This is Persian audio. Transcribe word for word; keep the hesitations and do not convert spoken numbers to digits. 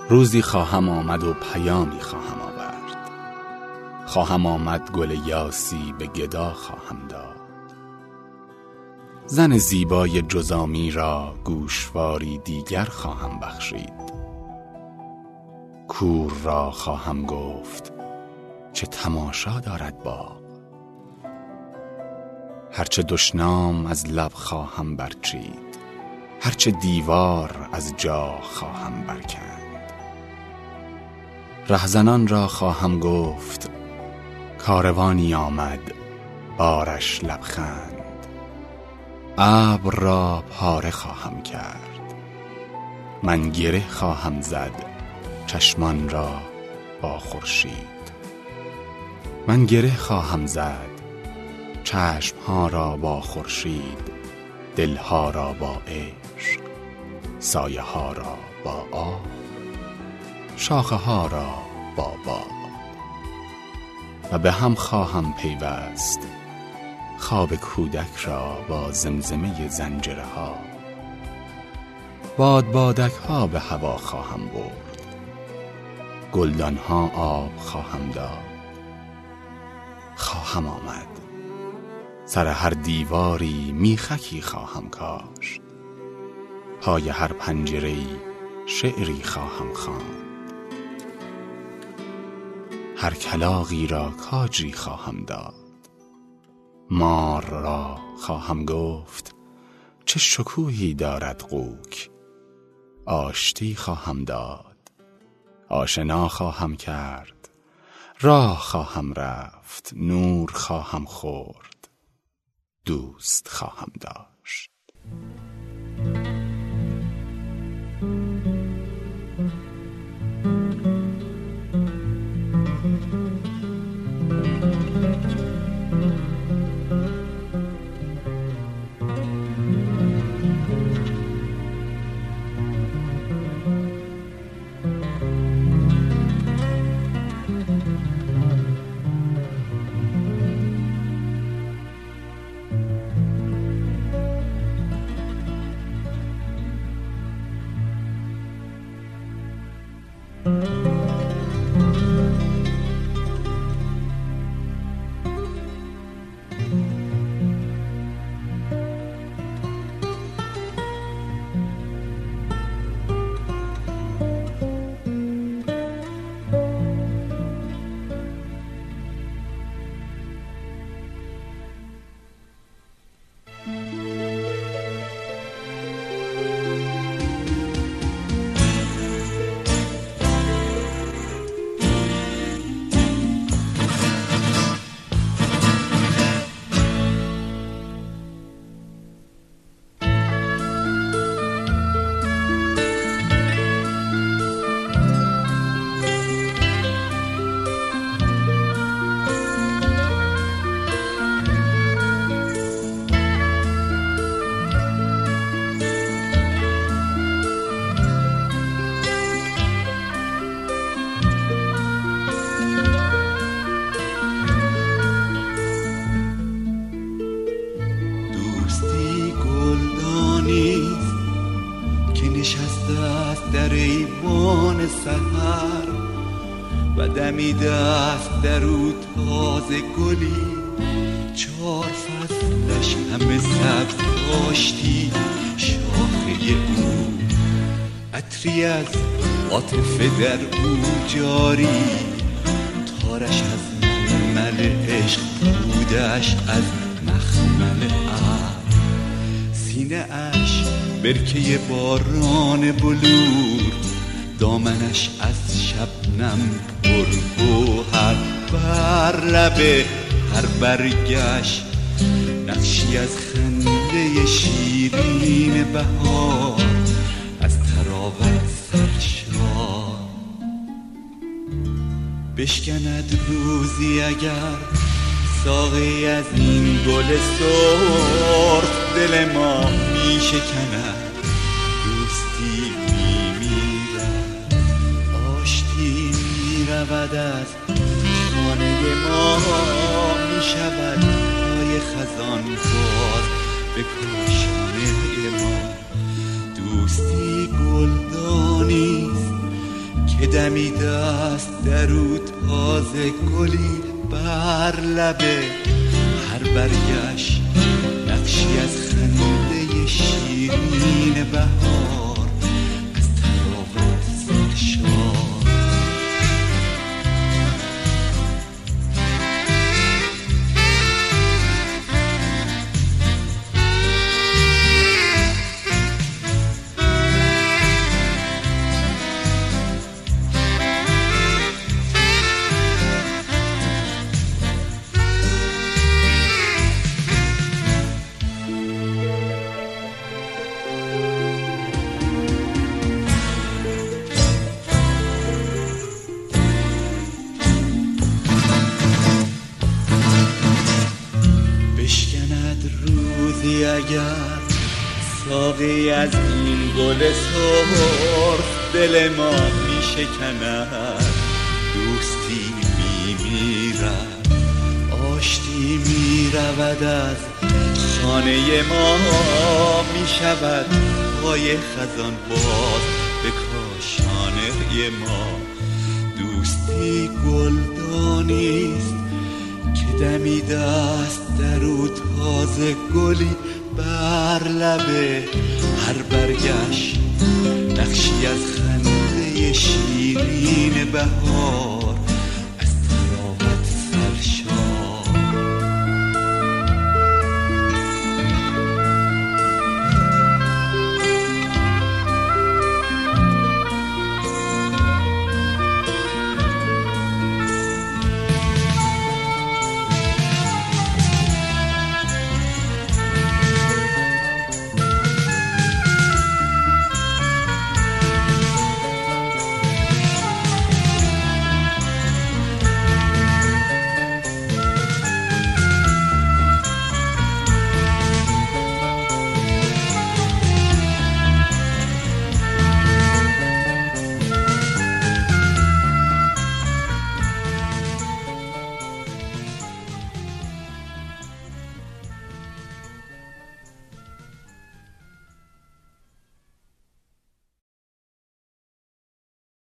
روزی خواهم آمد و پیامی خواهم آورد، خواهم آمد گل یاسی به گدا خواهم داد. زن زیبای جزامی را گوشواری دیگر خواهم بخشید. کور را خواهم گفت چه تماشا دارد باغ. هرچه دشنام از لب خواهم برچید، هرچه دیوار از جا خواهم برکند. رهزنان را خواهم گفت کاروانی آمد بارش لبخند. ابر را پاره خواهم کرد، من گره خواهم زد چشمان را با خورشید. من گره خواهم زد چشمها را با خورشید، دلها را با عشق، سایه ها را با آب، شاخه ها را با باد. و به هم خواهم پیوست خواب کودک را با زمزمه زنجره ها. باد بادک ها به هوا خواهم برد، گلدان ها آب خواهم داد. خواهم آمد سر هر دیواری میخکی خواهم کاشت، پای هر پنجره‌ای شعری خواهم خواند. هر کلاغی را کاجی خواهم داد، مار را خواهم گفت چه شکوهی دارد قوک. آشتی خواهم داد، آشنا خواهم کرد، راه خواهم رفت، نور خواهم خورد، دوست خواهم داشت. در ایوان سحر و دمیده است در او تازه گلی. چار فصلش همه سبز داشتی، شاخه او عطری از عاطفه در او جاری. تارش از مخمل عشق، بودش از مخمل ابر، سینه اش برکه باران بلور، دامنش از شبنم پرگوهر. بر لب هر برگش نقشی از خنده شیرین بهار، از طراوت سرشار. بشکند روزی اگر ساقی از این گل سرخ، دل ما می شکند، دوستی می میرد، آشتی می رود از خانه ما، می شود پای خزان باز به کاشانه ما. دوستی گلدانیست دمیده است در او تازه گلی بر لبه هر برگشت نقشی از خنده شیرین بهار از تراوت سرشار. روزی اگر ساقی از این گل سرخ دل ما می شکند، دوستی می میرد، آشتی می رود، از خانه ما می شود پای خزان باز به کاشانه ما. دوستی گلدانیست که دمیده است در او تازه گلی بر لبه هر برگشت نقشی از خنده شیرین بهار